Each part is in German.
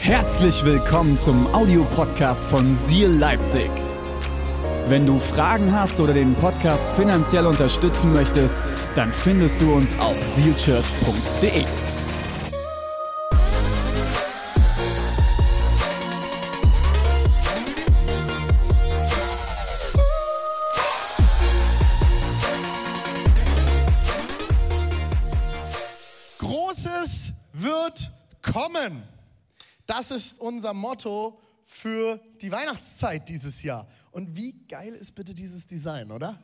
Herzlich willkommen zum Audiopodcast von Seal Leipzig. Wenn du Fragen hast oder den Podcast finanziell unterstützen möchtest, dann findest du uns auf sealchurch.de. Großes wird kommen. Das ist unser Motto für die Weihnachtszeit dieses Jahr. Und wie geil ist bitte dieses Design, oder?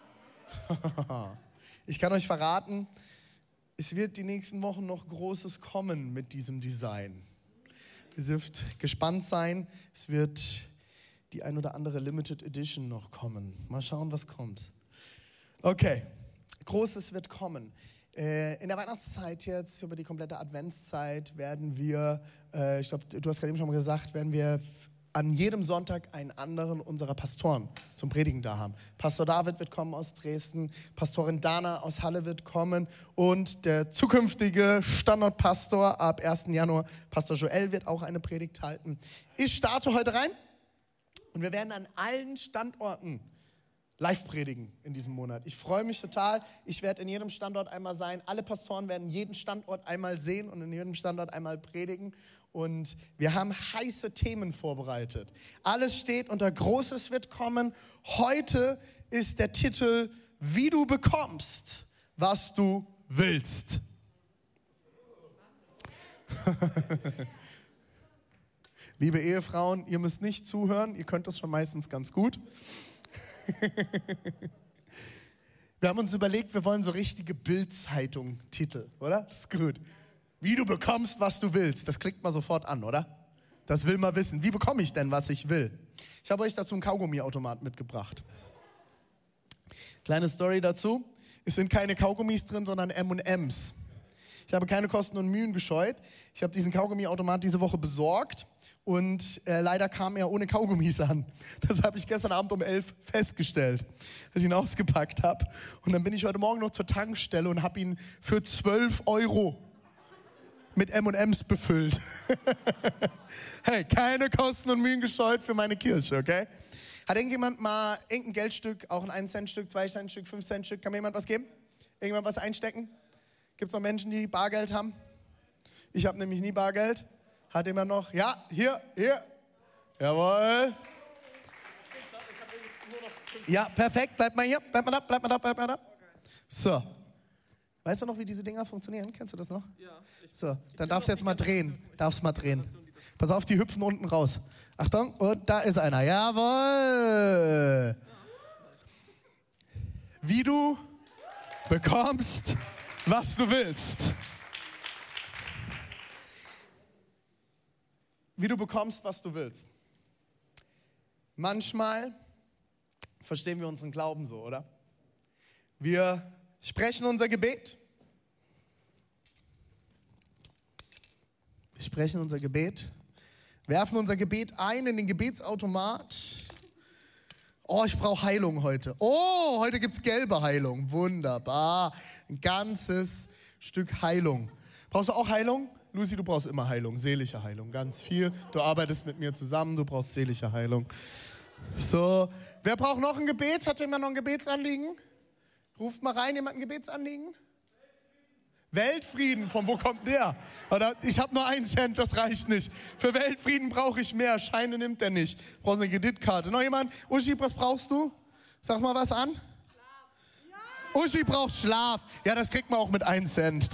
Ich kann euch verraten, es wird die nächsten Wochen noch Großes kommen mit diesem Design. Ihr dürft gespannt sein, es wird die ein oder andere Limited Edition noch kommen. Mal schauen, was kommt. Okay, Großes wird kommen. In der Weihnachtszeit jetzt, über die komplette Adventszeit, werden wir, ich glaube, du hast gerade eben schon mal gesagt, werden wir an jedem Sonntag einen anderen unserer Pastoren zum Predigen da haben. Pastor David wird kommen aus Dresden, Pastorin Dana aus Halle wird kommen und der zukünftige Standortpastor ab 1. Januar, Pastor Joel, wird auch eine Predigt halten. Ich starte heute rein und wir werden an allen Standorten live predigen in diesem Monat. Ich freue mich total. Ich werde in jedem Standort einmal sein. Alle Pastoren werden jeden Standort einmal sehen und in jedem Standort einmal predigen. Und wir haben heiße Themen vorbereitet. Alles steht unter Großes wird kommen. Heute ist der Titel, wie du bekommst, was du willst. Liebe Ehefrauen, ihr müsst nicht zuhören. Ihr könnt das schon meistens ganz gut. Wir haben uns überlegt, wir wollen so richtige Bild-Zeitung-Titel, oder? Das ist gut. Wie du bekommst, was du willst. Das klickt man sofort an, oder? Das will man wissen. Wie bekomme ich denn, was ich will? Ich habe euch dazu einen Kaugummiautomat mitgebracht. Kleine Story dazu. Es sind keine Kaugummis drin, sondern M&M's. Ich habe keine Kosten und Mühen gescheut. Ich habe diesen Kaugummiautomat diese Woche besorgt. Und leider kam er ohne Kaugummis an. Das habe ich gestern Abend um 11 festgestellt, als ich ihn ausgepackt habe. Und dann bin ich heute Morgen noch zur Tankstelle und habe ihn für 12 € mit M&M's befüllt. Hey, keine Kosten und Mühen gescheut für meine Kirche, okay? Hat irgendjemand mal irgendein Geldstück, auch ein 1-Cent-Stück, 2-Cent-Stück, 5-Cent-Stück, kann mir jemand was geben? Irgendjemand was einstecken? Gibt es noch Menschen, die Bargeld haben? Ich habe nämlich nie Bargeld. Hat jemand noch? Ja, hier. Jawohl. Ja, perfekt. Bleib mal hier. Bleib mal da. So. Weißt du noch, wie diese Dinger funktionieren? Kennst du das noch? Ja. So, dann darfst du jetzt mal drehen. Pass auf, die hüpfen unten raus. Achtung, und da ist einer. Jawohl. Wie du bekommst, was du willst. Wie du bekommst, was du willst. Manchmal verstehen wir unseren Glauben so, oder? Wir sprechen unser Gebet. Werfen unser Gebet ein in den Gebetsautomat. Oh, ich brauche Heilung heute. Oh, heute gibt es gelbe Heilung. Wunderbar. Ein ganzes Stück Heilung. Brauchst du auch Heilung? Lucy, du brauchst immer Heilung, seelische Heilung, ganz viel. Du arbeitest mit mir zusammen, du brauchst seelische Heilung. So, wer braucht noch ein Gebet? Hat jemand noch ein Gebetsanliegen? Ruft mal rein, jemand ein Gebetsanliegen? Weltfrieden, von wo kommt der? Oder ich habe nur 1 Cent, das reicht nicht. Für Weltfrieden brauche ich mehr, Scheine nimmt er nicht. Du brauchst eine Kreditkarte. Noch jemand? Uschi, was brauchst du? Sag mal was an. Uschi braucht Schlaf. Ja, das kriegt man auch mit 1 Cent.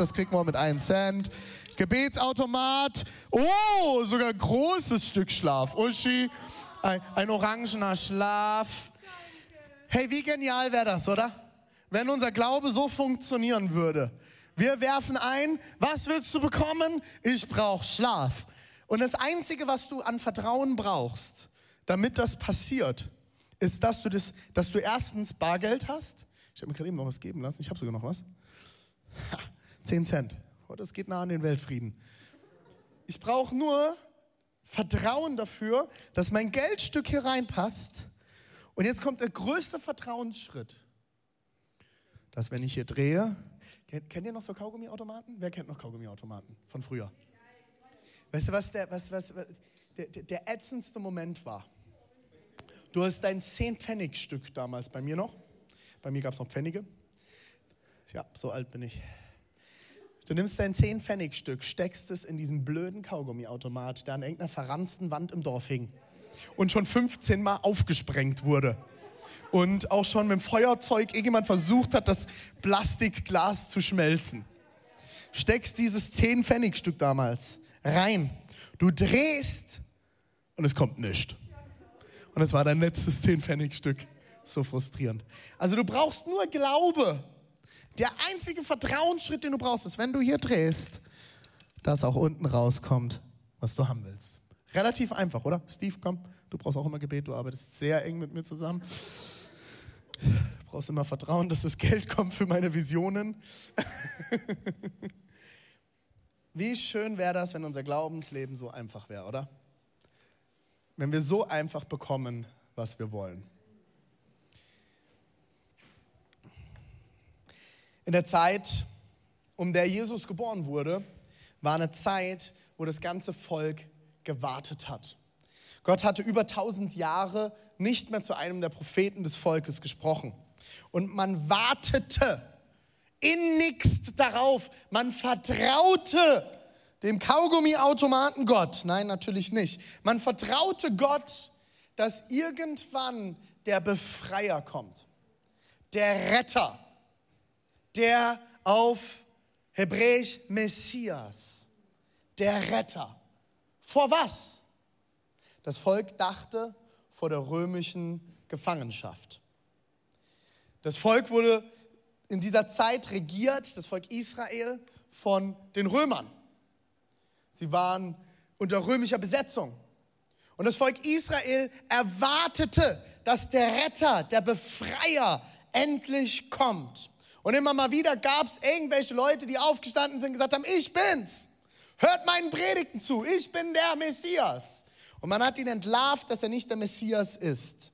Gebetsautomat. Oh, sogar ein großes Stück Schlaf. Uschi, ein orangener Schlaf. Hey, wie genial wäre das, oder? Wenn unser Glaube so funktionieren würde. Wir werfen ein, was willst du bekommen? Ich brauche Schlaf. Und das Einzige, was du an Vertrauen brauchst, damit das passiert, ist, dass du erstens Bargeld hast. Ich habe mir gerade eben noch was geben lassen. Ich habe sogar noch was. 10 Cent. Oh, das geht nah an den Weltfrieden. Ich brauche nur Vertrauen dafür, dass mein Geldstück hier reinpasst. Und jetzt kommt der größte Vertrauensschritt. Dass wenn ich hier drehe, kennt ihr noch so Kaugummiautomaten? Wer kennt noch Kaugummiautomaten von früher? Weißt du, was der ätzendste Moment war? Du hast dein 10-Pfennig-Stück damals, bei mir noch. Bei mir gab es noch Pfennige. Ja, so alt bin ich. Du nimmst dein 10-Pfennig-Stück, steckst es in diesen blöden Kaugummiautomat, der an irgendeiner verranzten Wand im Dorf hing und schon 15 Mal aufgesprengt wurde. Und auch schon mit dem Feuerzeug irgendjemand versucht hat, das Plastikglas zu schmelzen. Steckst dieses 10-Pfennig-Stück damals rein. Du drehst und es kommt nichts. Und es war dein letztes 10-Pfennig-Stück. So frustrierend. Also du brauchst nur Glaube. Der einzige Vertrauensschritt, den du brauchst, ist, wenn du hier drehst, dass auch unten rauskommt, was du haben willst. Relativ einfach, oder? Steve, komm, du brauchst auch immer Gebet, du arbeitest sehr eng mit mir zusammen. Du brauchst immer Vertrauen, dass das Geld kommt für meine Visionen. Wie schön wäre das, wenn unser Glaubensleben so einfach wäre, oder? Wenn wir so einfach bekommen, was wir wollen. In der Zeit, um der Jesus geboren wurde, war eine Zeit, wo das ganze Volk gewartet hat. Gott hatte über 1000 Jahre nicht mehr zu einem der Propheten des Volkes gesprochen. Und man wartete innigst darauf, man vertraute dem Kaugummiautomaten Gott. Nein, natürlich nicht. Man vertraute Gott, dass irgendwann der Befreier kommt, der Retter, der auf Hebräisch Messias, der Retter. Vor was? Das Volk dachte vor der römischen Gefangenschaft. Das Volk wurde in dieser Zeit regiert, das Volk Israel, von den Römern. Sie waren unter römischer Besetzung. Und das Volk Israel erwartete, dass der Retter, der Befreier endlich kommt. Und immer mal wieder gab es irgendwelche Leute, die aufgestanden sind und gesagt haben, ich bin's. Hört meinen Predigten zu, ich bin der Messias. Und man hat ihn entlarvt, dass er nicht der Messias ist.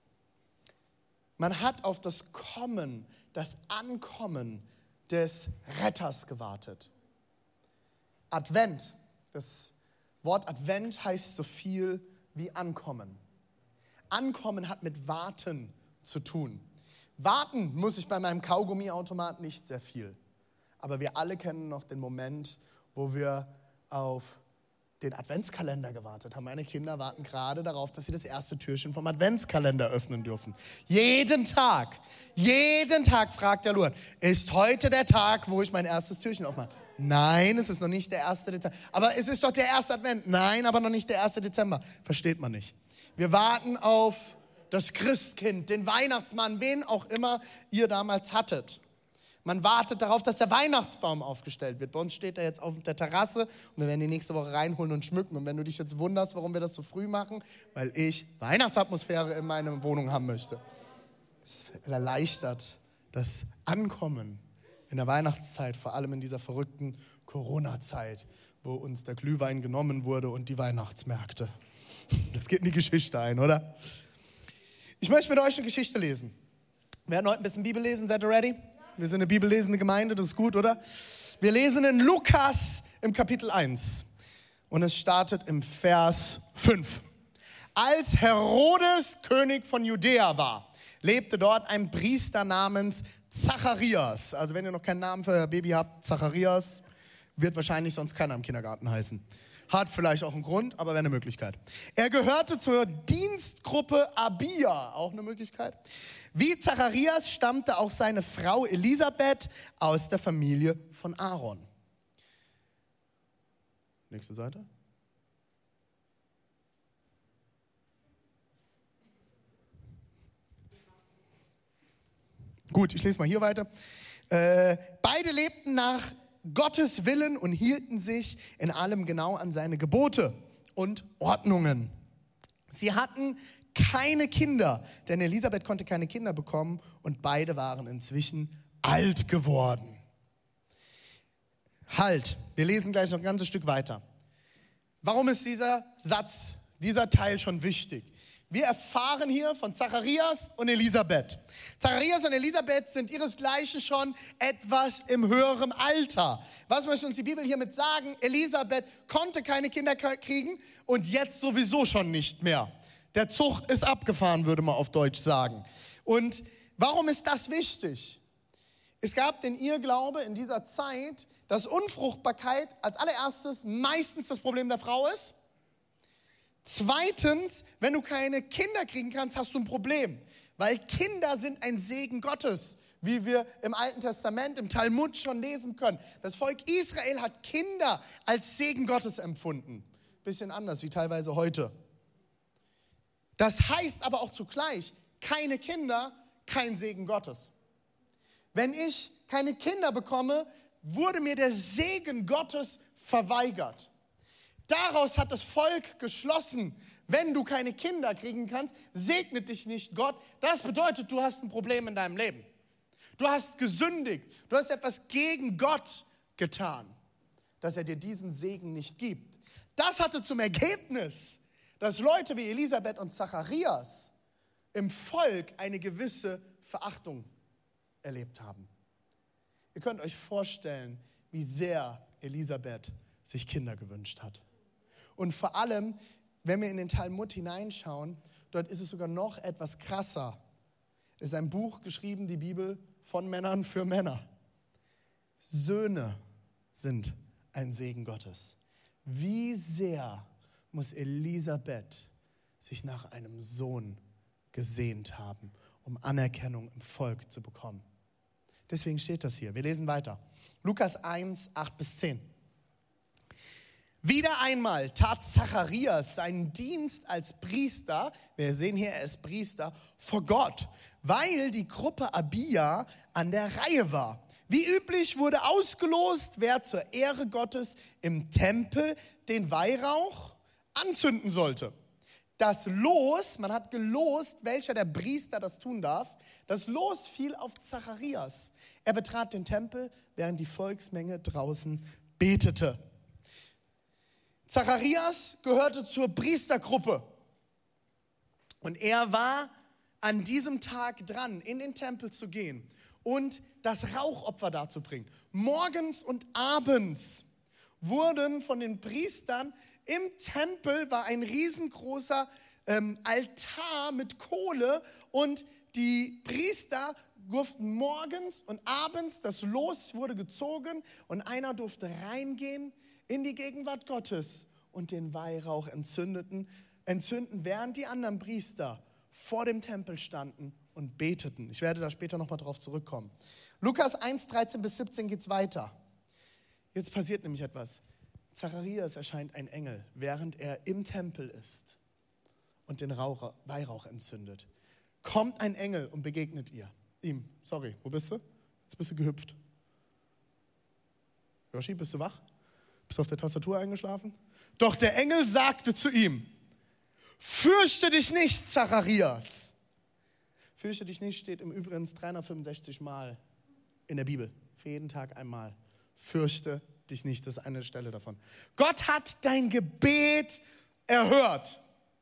Man hat auf das Kommen, das Ankommen des Retters gewartet. Advent, das Wort Advent heißt so viel wie Ankommen. Ankommen hat mit Warten zu tun. Warten muss ich bei meinem Kaugummiautomat nicht sehr viel. Aber wir alle kennen noch den Moment, wo wir auf den Adventskalender gewartet haben. Meine Kinder warten gerade darauf, dass sie das erste Türchen vom Adventskalender öffnen dürfen. Jeden Tag fragt der Luan, ist heute der Tag, wo ich mein erstes Türchen aufmache? Nein, es ist noch nicht der 1. Dezember. Aber es ist doch der erste Advent. Nein, aber noch nicht der 1. Dezember. Versteht man nicht. Wir warten auf das Christkind, den Weihnachtsmann, wen auch immer ihr damals hattet. Man wartet darauf, dass der Weihnachtsbaum aufgestellt wird. Bei uns steht er jetzt auf der Terrasse und wir werden ihn nächste Woche reinholen und schmücken. Und wenn du dich jetzt wunderst, warum wir das so früh machen, weil ich Weihnachtsatmosphäre in meiner Wohnung haben möchte. Es erleichtert das Ankommen in der Weihnachtszeit, vor allem in dieser verrückten Corona-Zeit, wo uns der Glühwein genommen wurde und die Weihnachtsmärkte. Das geht in die Geschichte ein, oder? Ich möchte mit euch eine Geschichte lesen. Wir werden heute ein bisschen Bibel lesen. Seid ihr ready? Wir sind eine bibellesende Gemeinde, das ist gut, oder? Wir lesen in Lukas im Kapitel 1 und es startet im Vers 5. Als Herodes König von Judäa war, lebte dort ein Priester namens Zacharias. Also wenn ihr noch keinen Namen für euer Baby habt, Zacharias wird wahrscheinlich sonst keiner im Kindergarten heißen. Hat vielleicht auch einen Grund, aber wäre eine Möglichkeit. Er gehörte zur Dienstgruppe Abia, auch eine Möglichkeit. Wie Zacharias stammte auch seine Frau Elisabeth aus der Familie von Aaron. Nächste Seite. Gut, ich lese mal hier weiter. Beide lebten nach Gottes Willen und hielten sich in allem genau an seine Gebote und Ordnungen. Sie hatten keine Kinder, denn Elisabeth konnte keine Kinder bekommen und beide waren inzwischen alt geworden. Halt, wir lesen gleich noch ein ganzes Stück weiter. Warum ist dieser Satz, dieser Teil schon wichtig? Wir erfahren hier von Zacharias und Elisabeth. Zacharias und Elisabeth sind ihresgleichen schon etwas im höheren Alter. Was möchte uns die Bibel hiermit sagen? Elisabeth konnte keine Kinder kriegen und jetzt sowieso schon nicht mehr. Der Zug ist abgefahren, würde man auf Deutsch sagen. Und warum ist das wichtig? Es gab den Irrglaube in dieser Zeit, dass Unfruchtbarkeit als allererstes meistens das Problem der Frau ist. Zweitens, wenn du keine Kinder kriegen kannst, hast du ein Problem, weil Kinder sind ein Segen Gottes, wie wir im Alten Testament, im Talmud schon lesen können. Das Volk Israel hat Kinder als Segen Gottes empfunden. Bisschen anders wie teilweise heute. Das heißt aber auch zugleich, keine Kinder, kein Segen Gottes. Wenn ich keine Kinder bekomme, wurde mir der Segen Gottes verweigert. Daraus hat das Volk geschlossen, wenn du keine Kinder kriegen kannst, segnet dich nicht Gott. Das bedeutet, du hast ein Problem in deinem Leben. Du hast gesündigt, du hast etwas gegen Gott getan, dass er dir diesen Segen nicht gibt. Das hatte zum Ergebnis, dass Leute wie Elisabeth und Zacharias im Volk eine gewisse Verachtung erlebt haben. Ihr könnt euch vorstellen, wie sehr Elisabeth sich Kinder gewünscht hat. Und vor allem, wenn wir in den Talmud hineinschauen, dort ist es sogar noch etwas krasser. Es ist ein Buch geschrieben, die Bibel, von Männern für Männer. Söhne sind ein Segen Gottes. Wie sehr muss Elisabeth sich nach einem Sohn gesehnt haben, um Anerkennung im Volk zu bekommen. Deswegen steht das hier. Wir lesen weiter. Lukas 1, 8-10. Wieder einmal tat Zacharias seinen Dienst als Priester, wir sehen hier, er ist Priester, vor Gott, weil die Gruppe Abia an der Reihe war. Wie üblich wurde ausgelost, wer zur Ehre Gottes im Tempel den Weihrauch anzünden sollte. Das Los, man hat gelost, welcher der Priester das tun darf, das Los fiel auf Zacharias. Er betrat den Tempel, während die Volksmenge draußen betete. Zacharias gehörte zur Priestergruppe und er war an diesem Tag dran, in den Tempel zu gehen und das Rauchopfer darzubringen. Morgens und abends wurden von den Priestern im Tempel war ein riesengroßer Altar mit Kohle und die Priester durften morgens und abends, das Los wurde gezogen und einer durfte reingehen in die Gegenwart Gottes und den Weihrauch entzünden, während die anderen Priester vor dem Tempel standen und beteten. Ich werde da später nochmal drauf zurückkommen. Lukas 1, 13-17 geht's weiter. Jetzt passiert nämlich etwas. Zacharias erscheint ein Engel, während er im Tempel ist und den Weihrauch entzündet. Kommt ein Engel und begegnet ihm. Sorry, wo bist du? Jetzt bist du gehüpft. Joshi, bist du wach? Bist du auf der Tastatur eingeschlafen? Doch der Engel sagte zu ihm, fürchte dich nicht, Zacharias. Fürchte dich nicht steht im Übrigen 365 Mal in der Bibel. Für jeden Tag einmal. Fürchte dich nicht, das ist eine Stelle davon. Gott hat dein Gebet erhört.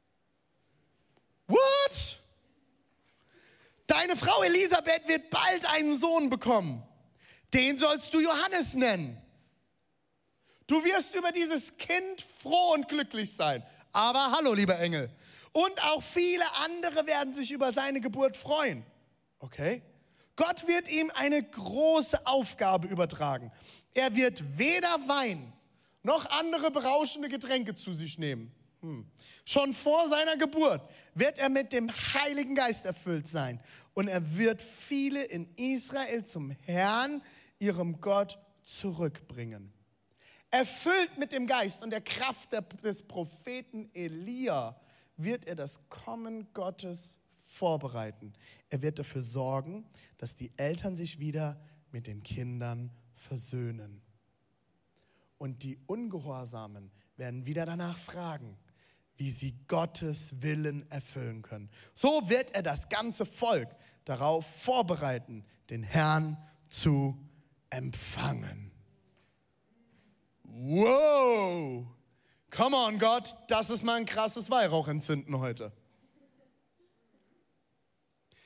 What? Deine Frau Elisabeth wird bald einen Sohn bekommen. Den sollst du Johannes nennen. Du wirst über dieses Kind froh und glücklich sein. Aber hallo, lieber Engel. Und auch viele andere werden sich über seine Geburt freuen. Okay? Gott wird ihm eine große Aufgabe übertragen. Er wird weder Wein noch andere berauschende Getränke zu sich nehmen. Schon vor seiner Geburt wird er mit dem Heiligen Geist erfüllt sein. Und er wird viele in Israel zum Herrn, ihrem Gott, zurückbringen. Erfüllt mit dem Geist und der Kraft des Propheten Elia wird er das Kommen Gottes vorbereiten. Er wird dafür sorgen, dass die Eltern sich wieder mit den Kindern versöhnen. Und die Ungehorsamen werden wieder danach fragen, wie sie Gottes Willen erfüllen können. So wird er das ganze Volk darauf vorbereiten, den Herrn zu empfangen. Wow! Come on, Gott, das ist mal ein krasses Weihrauch entzünden heute.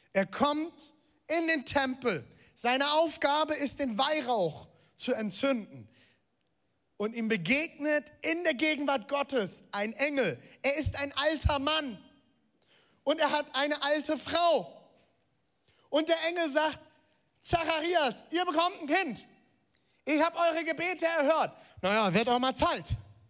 Er kommt in den Tempel. Seine Aufgabe ist, den Weihrauch zu entzünden. Und ihm begegnet in der Gegenwart Gottes ein Engel. Er ist ein alter Mann. Und er hat eine alte Frau. Und der Engel sagt, Zacharias, ihr bekommt ein Kind. Ich habe eure Gebete erhört. Naja, wird auch mal Zeit.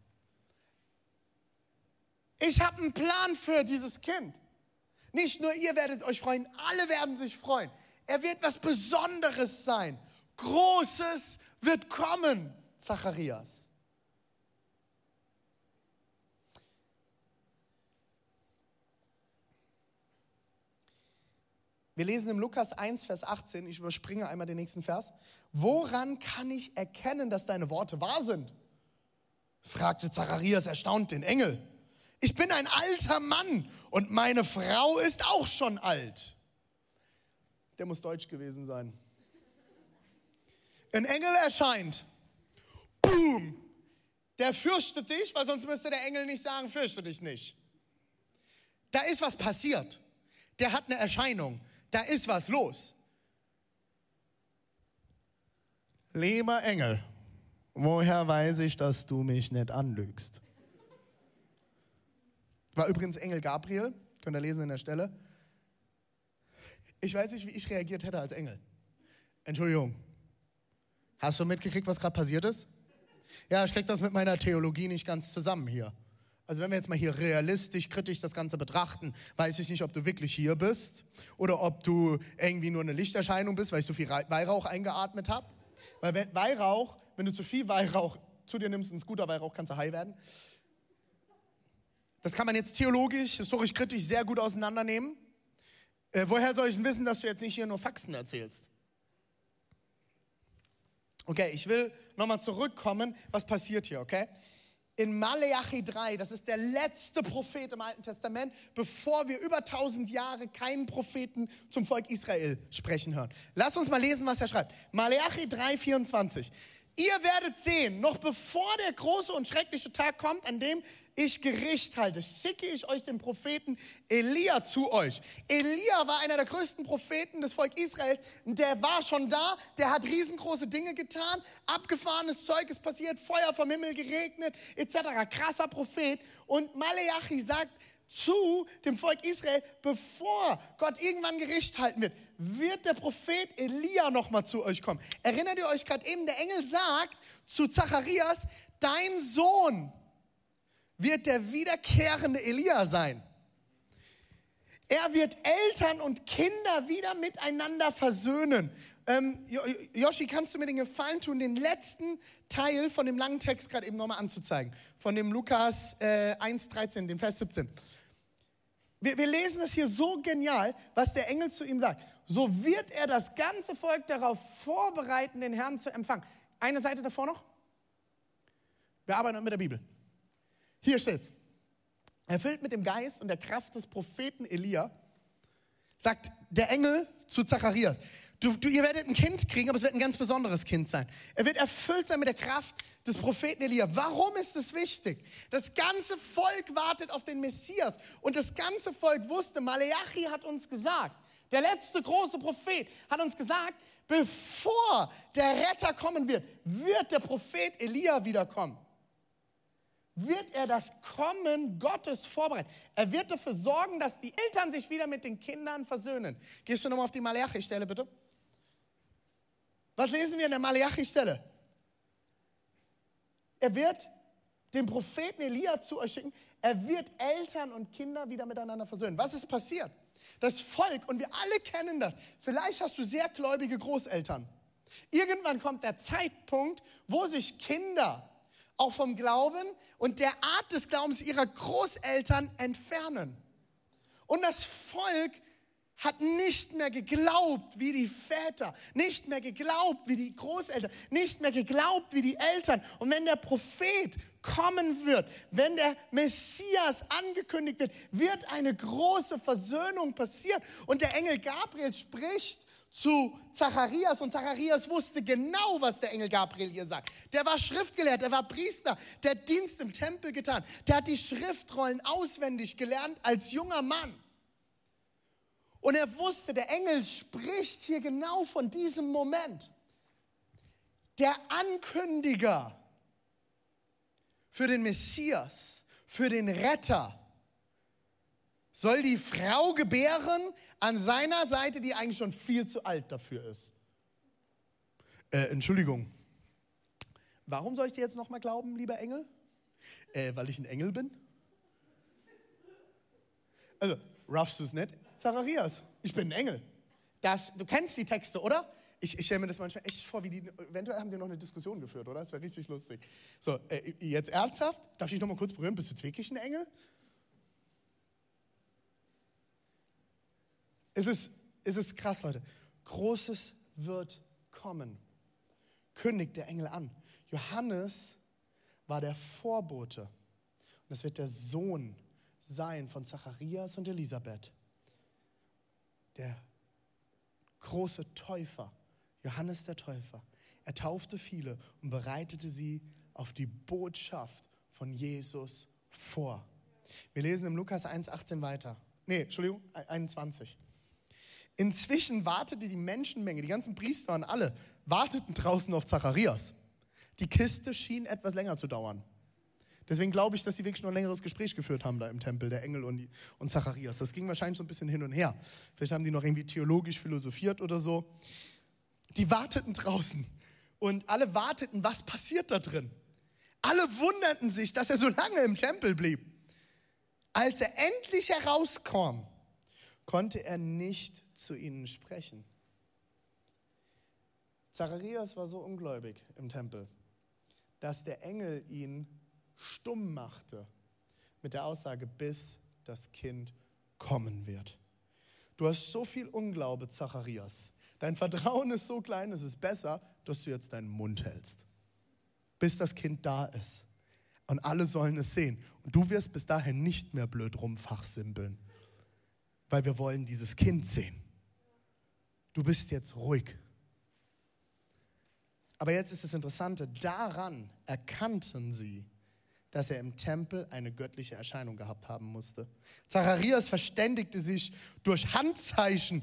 Ich habe einen Plan für dieses Kind. Nicht nur ihr werdet euch freuen, alle werden sich freuen. Er wird was Besonderes sein. Großes wird kommen, Zacharias. Wir lesen im Lukas 1, Vers 18, ich überspringe einmal den nächsten Vers. Woran kann ich erkennen, dass deine Worte wahr sind? Fragte Zacharias erstaunt den Engel. Ich bin ein alter Mann und meine Frau ist auch schon alt. Der muss deutsch gewesen sein. Ein Engel erscheint. Boom! Der fürchtet sich, weil sonst müsste der Engel nicht sagen, fürchte dich nicht. Da ist was passiert. Der hat eine Erscheinung. Da ist was los. Lieber Engel, woher weiß ich, dass du mich nicht anlügst? War übrigens Engel Gabriel, könnt ihr lesen in der Stelle. Ich weiß nicht, wie ich reagiert hätte als Engel. Entschuldigung, hast du mitgekriegt, was gerade passiert ist? Ja, ich krieg das mit meiner Theologie nicht ganz zusammen hier. Also wenn wir jetzt mal hier realistisch, kritisch das Ganze betrachten, weiß ich nicht, ob du wirklich hier bist oder ob du irgendwie nur eine Lichterscheinung bist, weil ich so viel Weihrauch eingeatmet habe. Weil Weihrauch, wenn du zu viel Weihrauch zu dir nimmst, ein guter Weihrauch, kannst du high werden. Das kann man jetzt theologisch, historisch, kritisch sehr gut auseinandernehmen. Woher soll ich denn wissen, dass du jetzt nicht hier nur Faxen erzählst? Okay, ich will nochmal zurückkommen, was passiert hier, okay? In Maleachi 3, das ist der letzte Prophet im Alten Testament, bevor wir über 1000 Jahre keinen Propheten zum Volk Israel sprechen hören. Lass uns mal lesen, was er schreibt. Maleachi 3, 24. Ihr werdet sehen, noch bevor der große und schreckliche Tag kommt, an dem ich Gericht halte, schicke ich euch den Propheten Elia zu euch. Elia war einer der größten Propheten des Volkes Israels. Der war schon da, der hat riesengroße Dinge getan, abgefahrenes Zeug ist passiert, Feuer vom Himmel geregnet, etc. Krasser Prophet. Und Maleachi sagt zu dem Volk Israel, bevor Gott irgendwann Gericht halten wird der Prophet Elia nochmal zu euch kommen. Erinnert ihr euch gerade eben, der Engel sagt zu Zacharias, dein Sohn wird der wiederkehrende Elia sein. Er wird Eltern und Kinder wieder miteinander versöhnen. Joshi, kannst du mir den Gefallen tun, den letzten Teil von dem langen Text gerade eben nochmal anzuzeigen? Von dem Lukas 1,13, den Vers 17. Wir lesen es hier so genial, was der Engel zu ihm sagt. So wird er das ganze Volk darauf vorbereiten, den Herrn zu empfangen. Eine Seite davor noch. Wir arbeiten mit der Bibel. Hier steht's. Erfüllt mit dem Geist und der Kraft des Propheten Elia, sagt der Engel zu Zacharias, ihr werdet ein Kind kriegen, aber es wird ein ganz besonderes Kind sein. Er wird erfüllt sein mit der Kraft des Propheten Elia. Warum ist es wichtig? Das ganze Volk wartet auf den Messias und das ganze Volk wusste, Maleachi hat uns gesagt, der letzte große Prophet hat uns gesagt, bevor der Retter kommen wird, wird der Prophet Elia wiederkommen. Wird er das Kommen Gottes vorbereiten. Er wird dafür sorgen, dass die Eltern sich wieder mit den Kindern versöhnen. Gehst du nochmal auf die Maleachi-Stelle, bitte? Was lesen wir in der Maleachi-Stelle? Er wird den Propheten Elia zu euch schicken. Er wird Eltern und Kinder wieder miteinander versöhnen. Was ist passiert? Das Volk, und wir alle kennen das, vielleicht hast du sehr gläubige Großeltern. Irgendwann kommt der Zeitpunkt, wo sich Kinder auch vom Glauben und der Art des Glaubens ihrer Großeltern entfernen. Und das Volk hat nicht mehr geglaubt wie die Väter, nicht mehr geglaubt wie die Großeltern, nicht mehr geglaubt wie die Eltern. Und wenn der Prophet kommen wird, wenn der Messias angekündigt wird, wird eine große Versöhnung passieren. Und der Engel Gabriel spricht zu Zacharias und Zacharias wusste genau, was der Engel Gabriel hier sagt. Der war Schriftgelehrter, der war Priester, der hat Dienst im Tempel getan, der hat die Schriftrollen auswendig gelernt als junger Mann. Und er wusste, der Engel spricht hier genau von diesem Moment. Der Ankündiger für den Messias, für den Retter, soll die Frau gebären an seiner Seite, die eigentlich schon viel zu alt dafür ist. Entschuldigung, warum soll ich dir jetzt nochmal glauben, lieber Engel? Weil ich ein Engel bin? Also, raffst du es nicht? Zacharias, ich bin ein Engel. Du kennst die Texte, oder? Ich stelle mir das manchmal echt vor, eventuell haben die noch eine Diskussion geführt, oder? Das wäre richtig lustig. So, jetzt ernsthaft? Darf ich dich nochmal kurz berühren? Bist du jetzt wirklich ein Engel? Es ist krass, Leute. Großes wird kommen. Kündigt der Engel an. Johannes war der Vorbote. Und es wird der Sohn sein von Zacharias und Elisabeth. Der große Täufer, Johannes der Täufer. Er taufte viele und bereitete sie auf die Botschaft von Jesus vor. Wir lesen im Lukas 1,18 weiter. 21. Inzwischen wartete die Menschenmenge, die ganzen Priester und alle, warteten draußen auf Zacharias. Die Kiste schien etwas länger zu dauern. Deswegen glaube ich, dass sie wirklich noch ein längeres Gespräch geführt haben da im Tempel, der Engel und Zacharias. Das ging wahrscheinlich so ein bisschen hin und her. Vielleicht haben die noch irgendwie theologisch philosophiert oder so. Die warteten draußen und alle warteten, was passiert da drin. Alle wunderten sich, dass er so lange im Tempel blieb. Als er endlich herauskam, konnte er nicht zu ihnen sprechen. Zacharias war so ungläubig im Tempel, dass der Engel ihn stumm machte mit der Aussage, bis das Kind kommen wird. Du hast so viel Unglaube, Zacharias. Dein Vertrauen ist so klein, es ist besser, dass du jetzt deinen Mund hältst, bis das Kind da ist. Und alle sollen es sehen. Und du wirst bis dahin nicht mehr blöd rumfachsimpeln, weil wir wollen dieses Kind sehen. Du bist jetzt ruhig. Aber jetzt ist das Interessante, daran erkannten sie, dass er im Tempel eine göttliche Erscheinung gehabt haben musste. Zacharias verständigte sich durch Handzeichen.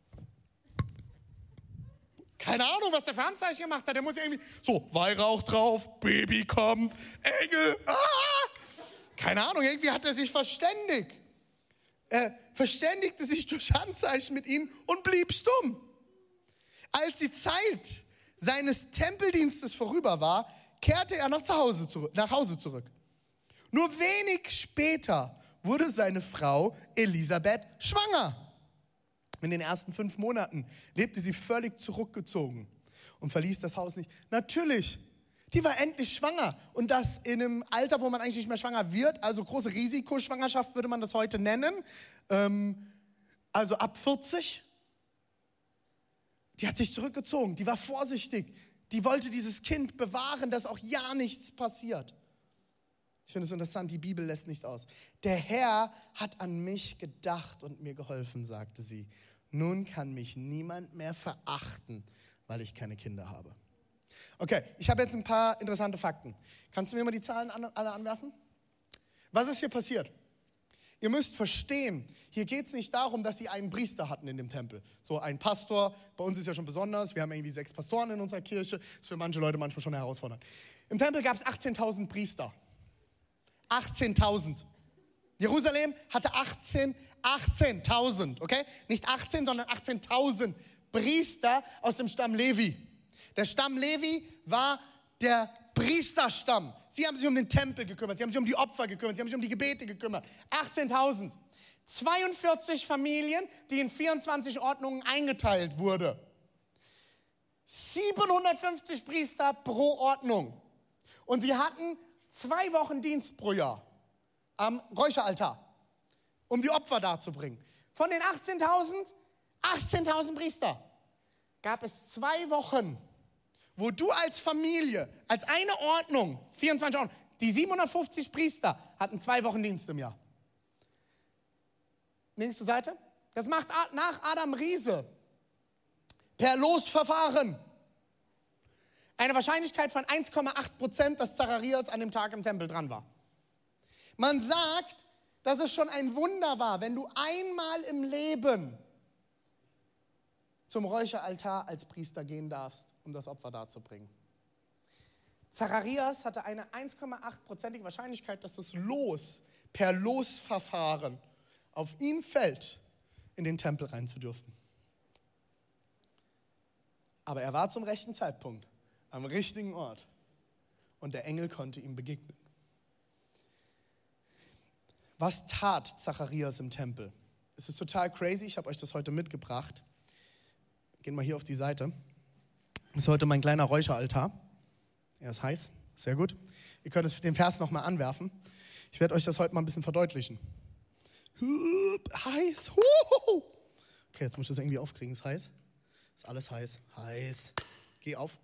Keine Ahnung, was der für Handzeichen gemacht hat. Der muss irgendwie so, Weihrauch drauf, Baby kommt, Engel, Keine Ahnung, irgendwie hat er sich verständigt. Er verständigte sich durch Handzeichen mit ihnen und blieb stumm. Als die Zeit seines Tempeldienstes vorüber war, kehrte er nach Hause zurück. Nur wenig später wurde seine Frau Elisabeth schwanger. In den ersten 5 Monaten lebte sie völlig zurückgezogen und verließ das Haus nicht. Natürlich, die war endlich schwanger. Und das in einem Alter, wo man eigentlich nicht mehr schwanger wird, also große Risikoschwangerschaft würde man das heute nennen, also ab 40. Die hat sich zurückgezogen, die war vorsichtig. Die wollte dieses Kind bewahren, dass auch ja nichts passiert. Ich finde es interessant, die Bibel lässt nicht aus. Der Herr hat an mich gedacht und mir geholfen, sagte sie. Nun kann mich niemand mehr verachten, weil ich keine Kinder habe. Okay, ich habe jetzt ein paar interessante Fakten. Kannst du mir mal die Zahlen alle anwerfen? Was ist hier passiert? Ihr müsst verstehen, hier geht es nicht darum, dass sie einen Priester hatten in dem Tempel. So ein Pastor, bei uns ist ja schon besonders, wir haben irgendwie 6 Pastoren in unserer Kirche, das ist für manche Leute manchmal schon herausfordernd. Im Tempel gab es 18.000 Priester. 18.000. Jerusalem hatte 18.000, okay? Nicht 18, sondern 18.000 Priester aus dem Stamm Levi. Der Stamm Levi war der Priesterstamm. Sie haben sich um den Tempel gekümmert, sie haben sich um die Opfer gekümmert, sie haben sich um die Gebete gekümmert. 18.000. 42 Familien, die in 24 Ordnungen eingeteilt wurden. 750 Priester pro Ordnung. Und sie hatten 2 Wochen Dienst pro Jahr am Räucheraltar, um die Opfer darzubringen. Von den 18.000 Priester gab es 2 Wochen, wo du als Familie, als eine Ordnung, 24 Ordnungen, die 750 Priester hatten 2 Wochen Dienst im Jahr. Nächste Seite. Das macht nach Adam Riese per Losverfahren eine Wahrscheinlichkeit von 1,8%, dass Zacharias an dem Tag im Tempel dran war. Man sagt, dass es schon ein Wunder war, wenn du einmal im Leben zum Räucheraltar als Priester gehen darfst, um das Opfer darzubringen. Zacharias hatte eine 1,8%ige Wahrscheinlichkeit, dass das Los per Losverfahren auf ihn fällt, in den Tempel rein zu dürfen. Aber er war zum rechten Zeitpunkt am richtigen Ort und der Engel konnte ihm begegnen. Was tat Zacharias im Tempel? Es ist total crazy, ich habe euch das heute mitgebracht. Gehen wir hier auf die Seite. Das ist heute mein kleiner Räucheraltar. Er ist heiß, sehr gut. Ihr könnt den Vers nochmal anwerfen. Ich werde euch das heute mal ein bisschen verdeutlichen. Heiß. Okay, jetzt muss ich das irgendwie aufkriegen. Ist heiß? Ist alles heiß. Heiß. Geh auf.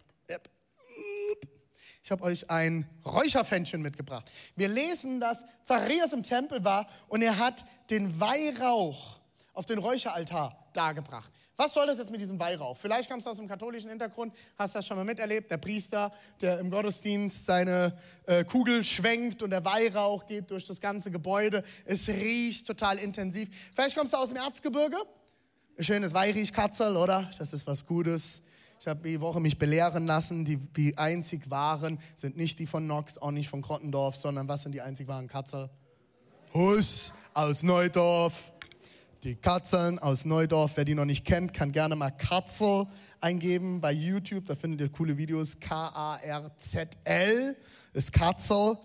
Ich habe euch ein Räucherpfännchen mitgebracht. Wir lesen, dass Zacharias im Tempel war und er hat den Weihrauch auf den Räucheraltar dargebracht. Was soll das jetzt mit diesem Weihrauch? Vielleicht kommst du aus dem katholischen Hintergrund, hast das schon mal miterlebt. Der Priester, der im Gottesdienst seine Kugel schwenkt und der Weihrauch geht durch das ganze Gebäude. Es riecht total intensiv. Vielleicht kommst du aus dem Erzgebirge. Ein schönes Weihriechkatzel, oder? Das ist was Gutes. Ich habe die Woche mich belehren lassen, die einzig wahren sind nicht die von Nox, auch nicht von Krottendorf, sondern was sind die einzig wahren Katzel? Hus aus Neudorf. Die Katzeln aus Neudorf, wer die noch nicht kennt, kann gerne mal Katzel eingeben bei YouTube. Da findet ihr coole Videos. K-A-R-Z-L ist Katzel.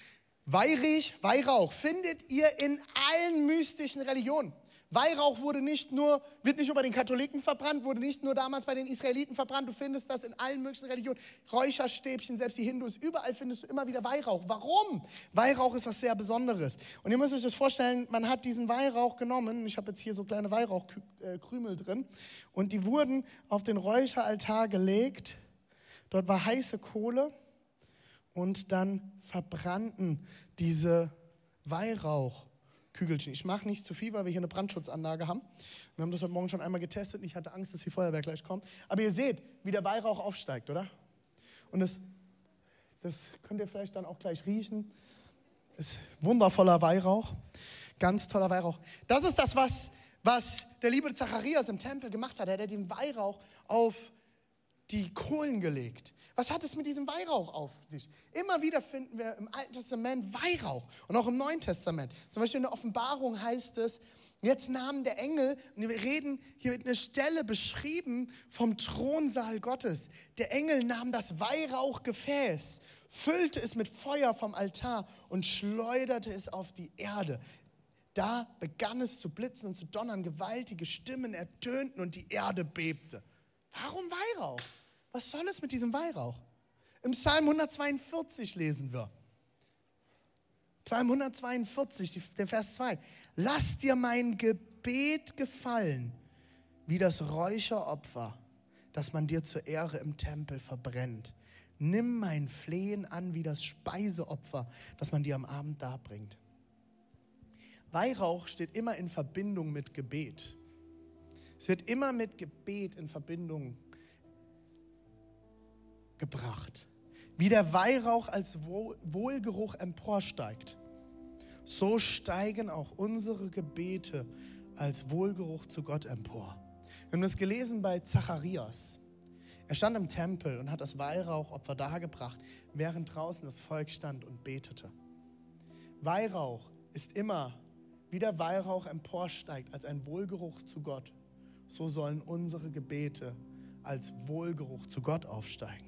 Weihrauch findet ihr in allen mystischen Religionen. Weihrauch wird nicht nur bei den Katholiken verbrannt, wurde nicht nur damals bei den Israeliten verbrannt. Du findest das in allen möglichen Religionen. Räucherstäbchen, selbst die Hindus, überall findest du immer wieder Weihrauch. Warum? Weihrauch ist was sehr Besonderes. Und ihr müsst euch das vorstellen, man hat diesen Weihrauch genommen. Ich habe jetzt hier so kleine Weihrauchkrümel drin. Und die wurden auf den Räucheraltar gelegt. Dort war heiße Kohle. Und dann verbrannten diese Weihrauchkügelchen. Ich mache nicht zu viel, weil wir hier eine Brandschutzanlage haben. Wir haben das heute Morgen schon einmal getestet und ich hatte Angst, dass die Feuerwehr gleich kommt. Aber ihr seht, wie der Weihrauch aufsteigt, oder? Und das könnt ihr vielleicht dann auch gleich riechen. Ist wundervoller Weihrauch, ganz toller Weihrauch. Das ist das, was der liebe Zacharias im Tempel gemacht hat. Er hat den Weihrauch auf die Kohlen gelegt. Was hat es mit diesem Weihrauch auf sich? Immer wieder finden wir im Alten Testament Weihrauch und auch im Neuen Testament. Zum Beispiel in der Offenbarung heißt es, jetzt nahm der Engel, und wir reden, hier wird eine Stelle beschrieben vom Thronsaal Gottes. Der Engel nahm das Weihrauchgefäß, füllte es mit Feuer vom Altar und schleuderte es auf die Erde. Da begann es zu blitzen und zu donnern, gewaltige Stimmen ertönten und die Erde bebte. Warum Weihrauch? Was soll es mit diesem Weihrauch? Im Psalm 142 lesen wir. Psalm 142, der Vers 2. Lass dir mein Gebet gefallen, wie das Räucheropfer, das man dir zur Ehre im Tempel verbrennt. Nimm mein Flehen an wie das Speiseopfer, das man dir am Abend darbringt. Weihrauch steht immer in Verbindung mit Gebet. Es wird immer mit Gebet in Verbindung gebracht. Wie der Weihrauch als Wohlgeruch emporsteigt, so steigen auch unsere Gebete als Wohlgeruch zu Gott empor. Wir haben das gelesen bei Zacharias. Er stand im Tempel und hat das Weihrauchopfer dargebracht, während draußen das Volk stand und betete. Weihrauch ist immer, wie der Weihrauch emporsteigt, als ein Wohlgeruch zu Gott. So sollen unsere Gebete als Wohlgeruch zu Gott aufsteigen.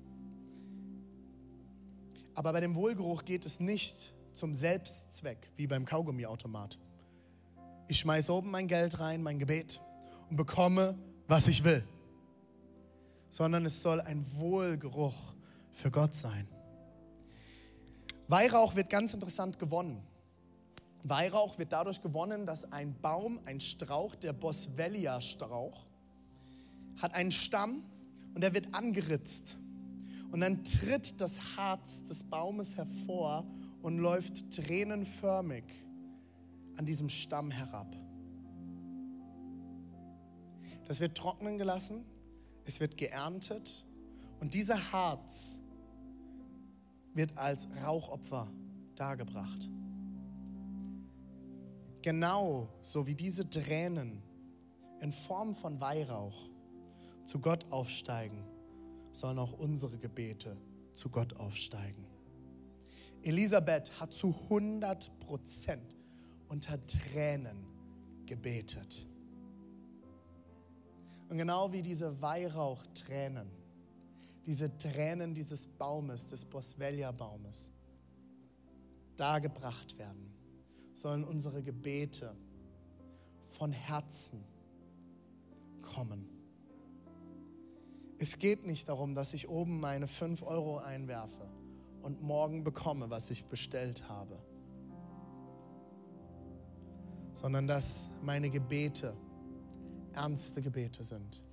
Aber bei dem Wohlgeruch geht es nicht zum Selbstzweck, wie beim Kaugummiautomat. Ich schmeiße oben mein Geld rein, mein Gebet und bekomme, was ich will. Sondern es soll ein Wohlgeruch für Gott sein. Weihrauch wird ganz interessant gewonnen. Weihrauch wird dadurch gewonnen, dass ein Baum, ein Strauch, der Boswellia-Strauch, hat einen Stamm und der wird angeritzt. Und dann tritt das Harz des Baumes hervor und läuft tränenförmig an diesem Stamm herab. Das wird trocknen gelassen, es wird geerntet und dieser Harz wird als Rauchopfer dargebracht. Genau so wie diese Tränen in Form von Weihrauch zu Gott aufsteigen, sollen auch unsere Gebete zu Gott aufsteigen. Elisabeth hat zu 100% unter Tränen gebetet. Und genau wie diese Weihrauchtränen, diese Tränen dieses Baumes, des Boswellia-Baumes, dargebracht werden, sollen unsere Gebete von Herzen kommen. Es geht nicht darum, dass ich oben meine 5 Euro einwerfe und morgen bekomme, was ich bestellt habe, sondern dass meine Gebete ernste Gebete sind.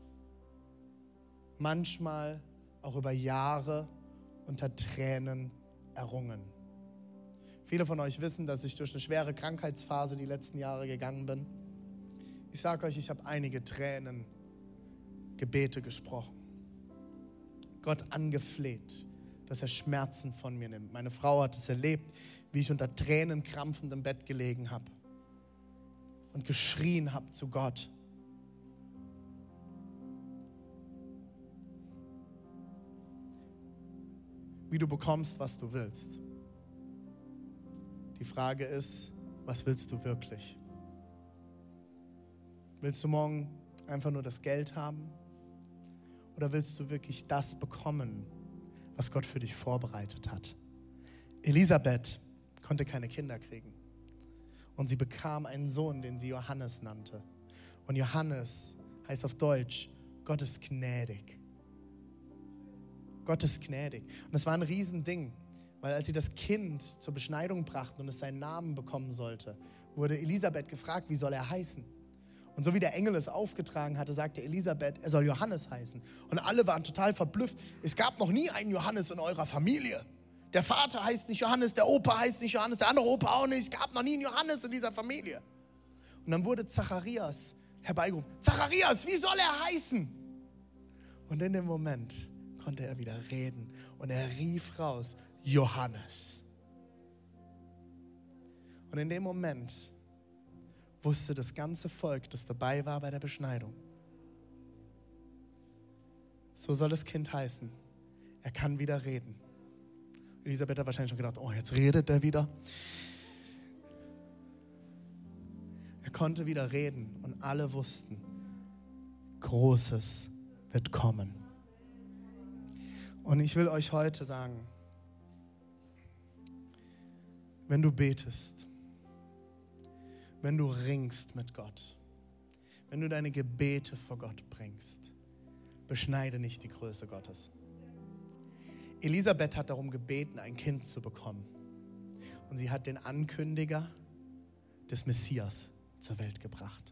Manchmal auch über Jahre unter Tränen errungen. Viele von euch wissen, dass ich durch eine schwere Krankheitsphase die letzten Jahre gegangen bin. Ich sage euch, ich habe einige Tränen, Gebete gesprochen. Gott angefleht, dass er Schmerzen von mir nimmt. Meine Frau hat es erlebt, wie ich unter Tränen krampfend im Bett gelegen habe und geschrien habe zu Gott. Wie du bekommst, was du willst. Die Frage ist, was willst du wirklich? Willst du morgen einfach nur das Geld haben? Oder willst du wirklich das bekommen, was Gott für dich vorbereitet hat? Elisabeth konnte keine Kinder kriegen. Und sie bekam einen Sohn, den sie Johannes nannte. Und Johannes heißt auf Deutsch, Gott ist gnädig. Gott ist gnädig. Und das war ein Riesending, weil als sie das Kind zur Beschneidung brachten und es seinen Namen bekommen sollte, wurde Elisabeth gefragt, wie soll er heißen? Und so wie der Engel es aufgetragen hatte, sagte Elisabeth, er soll Johannes heißen. Und alle waren total verblüfft. Es gab noch nie einen Johannes in eurer Familie. Der Vater heißt nicht Johannes, der Opa heißt nicht Johannes, der andere Opa auch nicht. Es gab noch nie einen Johannes in dieser Familie. Und dann wurde Zacharias herbeigerufen. Zacharias, wie soll er heißen? Und in dem Moment konnte er wieder reden. Und er rief raus, Johannes. Und in dem Moment wusste das ganze Volk, das dabei war bei der Beschneidung, so soll das Kind heißen. Er kann wieder reden. Elisabeth hat wahrscheinlich schon gedacht, oh, jetzt redet er wieder. Er konnte wieder reden und alle wussten, Großes wird kommen. Und ich will euch heute sagen, wenn du betest, wenn du ringst mit Gott, wenn du deine Gebete vor Gott bringst, beschneide nicht die Größe Gottes. Elisabeth hat darum gebeten, ein Kind zu bekommen. Und sie hat den Ankündiger des Messias zur Welt gebracht.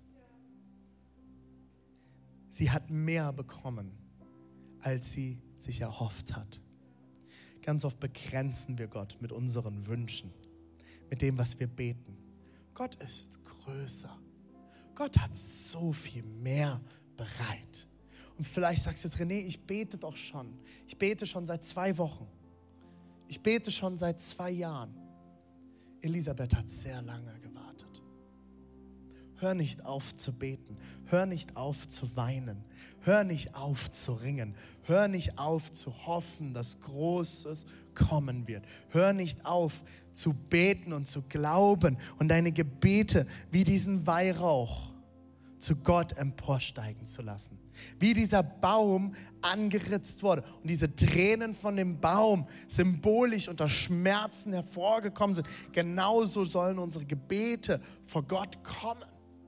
Sie hat mehr bekommen, als sie sich erhofft hat. Ganz oft begrenzen wir Gott mit unseren Wünschen, mit dem, was wir beten. Gott ist größer. Gott hat so viel mehr bereit. Und vielleicht sagst du jetzt, René, ich bete doch schon. Ich bete schon seit 2 Wochen. Ich bete schon seit 2 Jahren. Elisabeth hat sehr lange gewartet. Hör nicht auf zu beten. Hör nicht auf zu weinen. Hör nicht auf zu ringen. Hör nicht auf zu hoffen, dass Großes kommen wird. Hör nicht auf zu beten und zu glauben und deine Gebete wie diesen Weihrauch zu Gott emporsteigen zu lassen. Wie dieser Baum angeritzt wurde und diese Tränen von dem Baum symbolisch unter Schmerzen hervorgekommen sind. Genauso sollen unsere Gebete vor Gott kommen.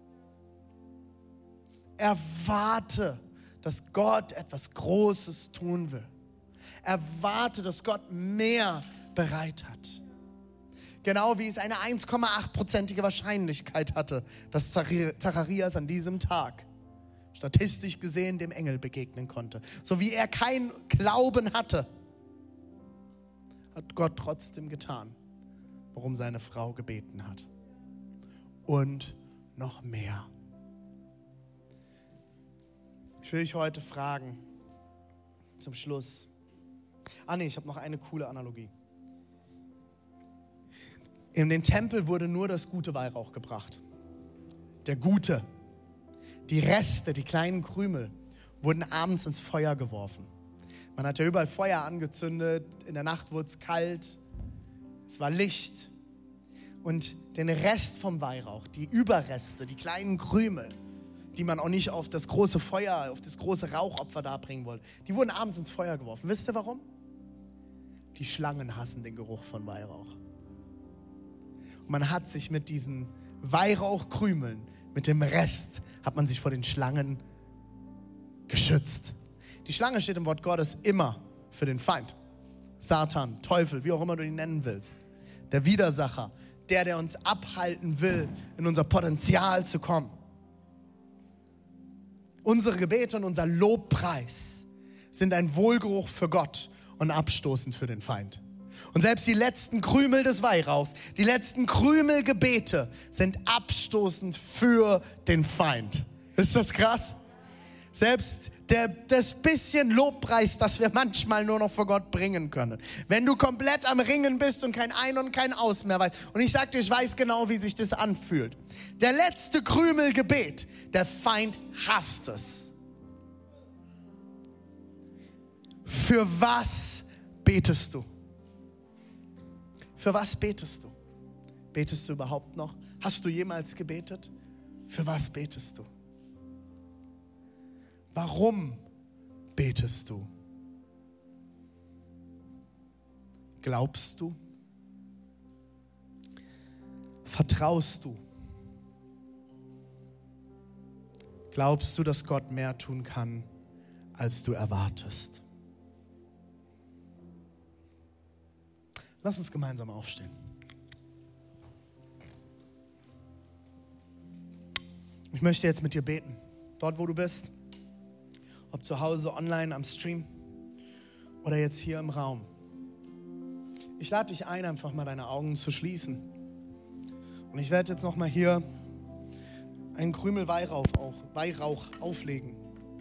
Erwarte, dass Gott etwas Großes tun will. Erwarte, dass Gott mehr bereit hat. Genau wie es eine 1,8%ige Wahrscheinlichkeit hatte, dass Zacharias an diesem Tag statistisch gesehen dem Engel begegnen konnte. So wie er keinen Glauben hatte, hat Gott trotzdem getan, worum seine Frau gebeten hat. Und noch mehr. Ich will dich heute fragen, zum Schluss. Ich habe noch eine coole Analogie. In den Tempel wurde nur das gute Weihrauch gebracht. Der gute. Die Reste, die kleinen Krümel, wurden abends ins Feuer geworfen. Man hat ja überall Feuer angezündet, in der Nacht wurde es kalt, es war Licht. Und den Rest vom Weihrauch, die Überreste, die kleinen Krümel, die man auch nicht auf das große Feuer, auf das große Rauchopfer darbringen wollte, die wurden abends ins Feuer geworfen. Wisst ihr warum? Die Schlangen hassen den Geruch von Weihrauch. Und man hat sich mit diesen Weihrauchkrümeln, mit dem Rest, hat man sich vor den Schlangen geschützt. Die Schlange steht im Wort Gottes immer für den Feind. Satan, Teufel, wie auch immer du ihn nennen willst. Der Widersacher, der uns abhalten will, in unser Potenzial zu kommen. Unsere Gebete und unser Lobpreis sind ein Wohlgeruch für Gott und abstoßend für den Feind. Und selbst die letzten Krümel des Weihrauchs, die letzten Krümel Gebete sind abstoßend für den Feind. Ist das krass? Selbst das bisschen Lobpreis, das wir manchmal nur noch vor Gott bringen können. Wenn du komplett am Ringen bist und kein Ein und kein Aus mehr weißt. Und ich sag dir, ich weiß genau, wie sich das anfühlt. Der letzte Krümel Gebet, der Feind hasst es. Für was betest du? Für was betest du? Betest du überhaupt noch? Hast du jemals gebetet? Für was betest du? Warum betest du? Glaubst du? Vertraust du? Glaubst du, dass Gott mehr tun kann, als du erwartest? Lass uns gemeinsam aufstehen. Ich möchte jetzt mit dir beten, dort wo du bist. Ob zu Hause, online, am Stream oder jetzt hier im Raum. Ich lade dich ein, einfach mal deine Augen zu schließen. Und ich werde jetzt nochmal hier einen Krümel Weihrauch auflegen.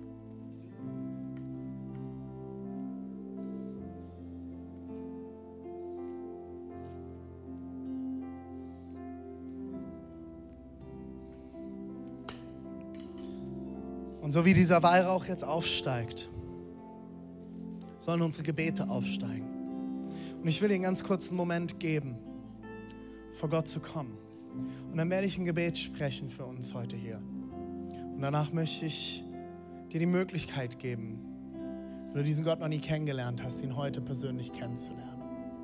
Und so wie dieser Weihrauch jetzt aufsteigt, sollen unsere Gebete aufsteigen. Und ich will dir einen ganz kurzen Moment geben, vor Gott zu kommen. Und dann werde ich ein Gebet sprechen für uns heute hier. Und danach möchte ich dir die Möglichkeit geben, wenn du diesen Gott noch nie kennengelernt hast, ihn heute persönlich kennenzulernen.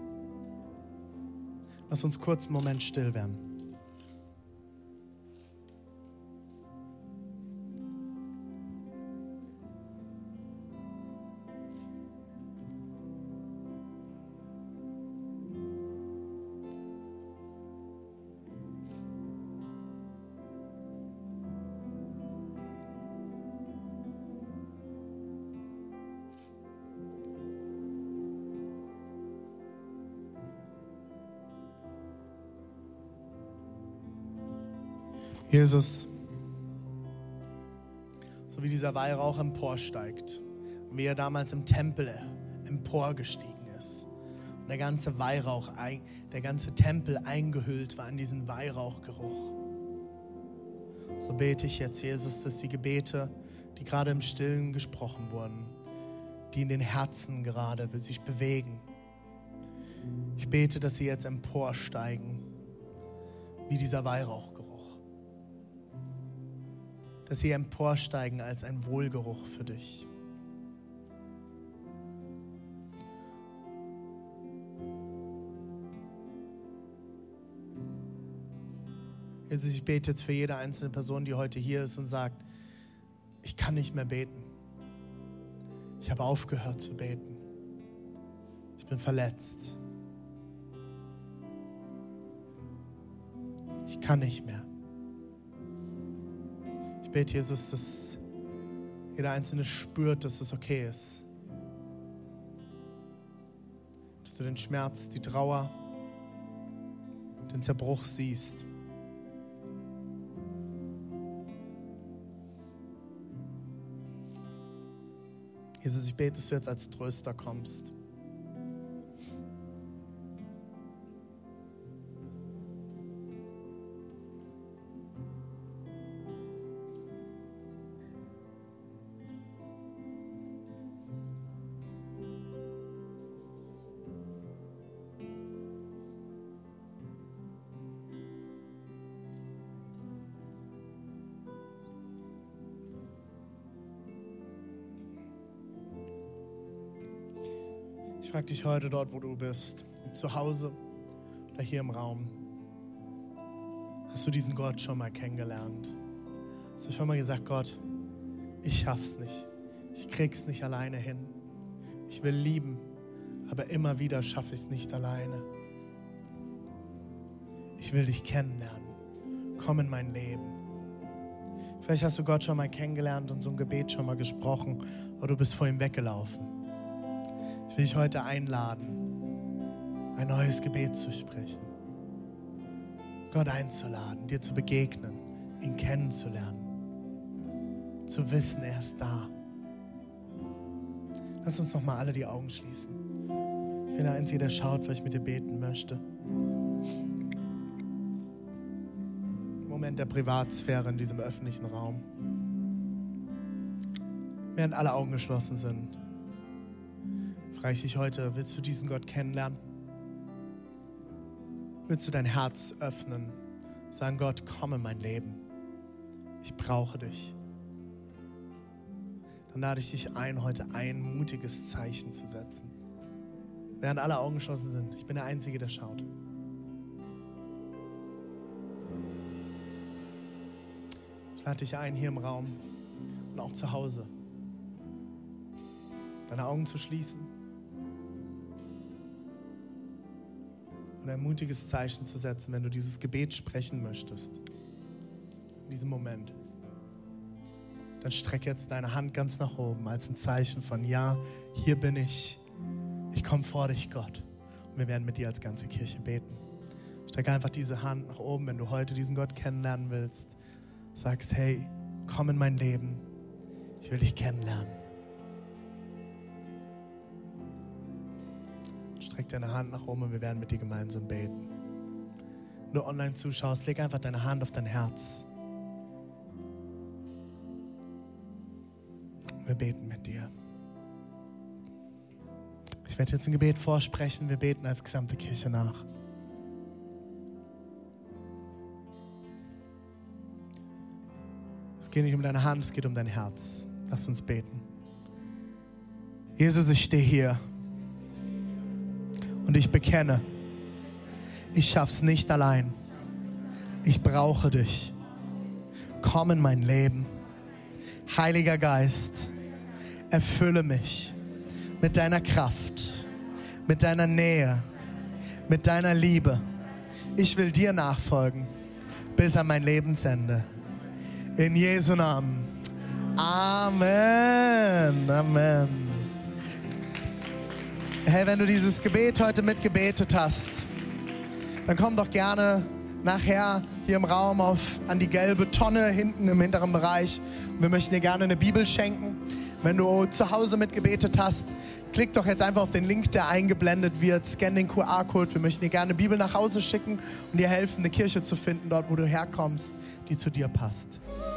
Lass uns kurz einen Moment still werden. Jesus, so wie dieser Weihrauch emporsteigt und wie er damals im Tempel emporgestiegen ist und der ganze Weihrauch, der ganze Tempel eingehüllt war in diesen Weihrauchgeruch. So bete ich jetzt, Jesus, dass die Gebete, die gerade im Stillen gesprochen wurden, die in den Herzen gerade sich bewegen, ich bete, dass sie jetzt emporsteigen wie dieser Weihrauchgeruch. Dass sie emporsteigen als ein Wohlgeruch für dich. Jesus, ich bete jetzt für jede einzelne Person, die heute hier ist und sagt, ich kann nicht mehr beten. Ich habe aufgehört zu beten. Ich bin verletzt. Ich kann nicht mehr. Ich bete, Jesus, dass jeder Einzelne spürt, dass es okay ist. Dass du den Schmerz, die Trauer, den Zerbruch siehst. Jesus, ich bete, dass du jetzt als Tröster kommst. frage dich heute dort, wo du bist, ob zu Hause oder hier im Raum. Hast du diesen Gott schon mal kennengelernt? Hast du schon mal gesagt, Gott, ich schaff's nicht. Ich krieg's nicht alleine hin. Ich will lieben, aber immer wieder schaffe ich es nicht alleine. Ich will dich kennenlernen. Komm in mein Leben. Vielleicht hast du Gott schon mal kennengelernt und so ein Gebet schon mal gesprochen, oder du bist vor ihm weggelaufen. Ich will dich heute einladen, ein neues Gebet zu sprechen. Gott einzuladen, dir zu begegnen, ihn kennenzulernen, zu wissen, er ist da. Lass uns noch mal alle die Augen schließen. Ich bin der Einzige, der schaut, weil ich mit dir beten möchte. Moment der Privatsphäre in diesem öffentlichen Raum. Während alle Augen geschlossen sind, frage ich dich heute, willst du diesen Gott kennenlernen? Willst du dein Herz öffnen? Sagen, Gott, komm in mein Leben. Ich brauche dich. Dann lade ich dich ein, heute ein mutiges Zeichen zu setzen. Während alle Augen geschlossen sind. Ich bin der Einzige, der schaut. Ich lade dich ein, hier im Raum und auch zu Hause, deine Augen zu schließen und ein mutiges Zeichen zu setzen, wenn du dieses Gebet sprechen möchtest. In diesem Moment. Dann streck jetzt deine Hand ganz nach oben als ein Zeichen von ja, hier bin ich. Ich komme vor dich, Gott. Und wir werden mit dir als ganze Kirche beten. Streck einfach diese Hand nach oben, wenn du heute diesen Gott kennenlernen willst. Sagst, hey, komm in mein Leben. Ich will dich kennenlernen. Streck deine Hand nach oben und wir werden mit dir gemeinsam beten. Wenn du online zuschaust, leg einfach deine Hand auf dein Herz. Wir beten mit dir. Ich werde jetzt ein Gebet vorsprechen. Wir beten als gesamte Kirche nach. Es geht nicht um deine Hand, es geht um dein Herz. Lass uns beten. Jesus, ich stehe hier und ich bekenne, ich schaff's nicht allein. Ich brauche dich. Komm in mein Leben. Heiliger Geist, erfülle mich mit deiner Kraft, mit deiner Nähe, mit deiner Liebe. Ich will dir nachfolgen bis an mein Lebensende. In Jesu Namen. Amen. Amen. Hey, wenn du dieses Gebet heute mitgebetet hast, dann komm doch gerne nachher hier im Raum an die gelbe Tonne hinten im hinteren Bereich. Wir möchten dir gerne eine Bibel schenken. Wenn du zu Hause mitgebetet hast, klick doch jetzt einfach auf den Link, der eingeblendet wird. Scan den QR-Code. Wir möchten dir gerne eine Bibel nach Hause schicken und dir helfen, eine Kirche zu finden, dort wo du herkommst, die zu dir passt.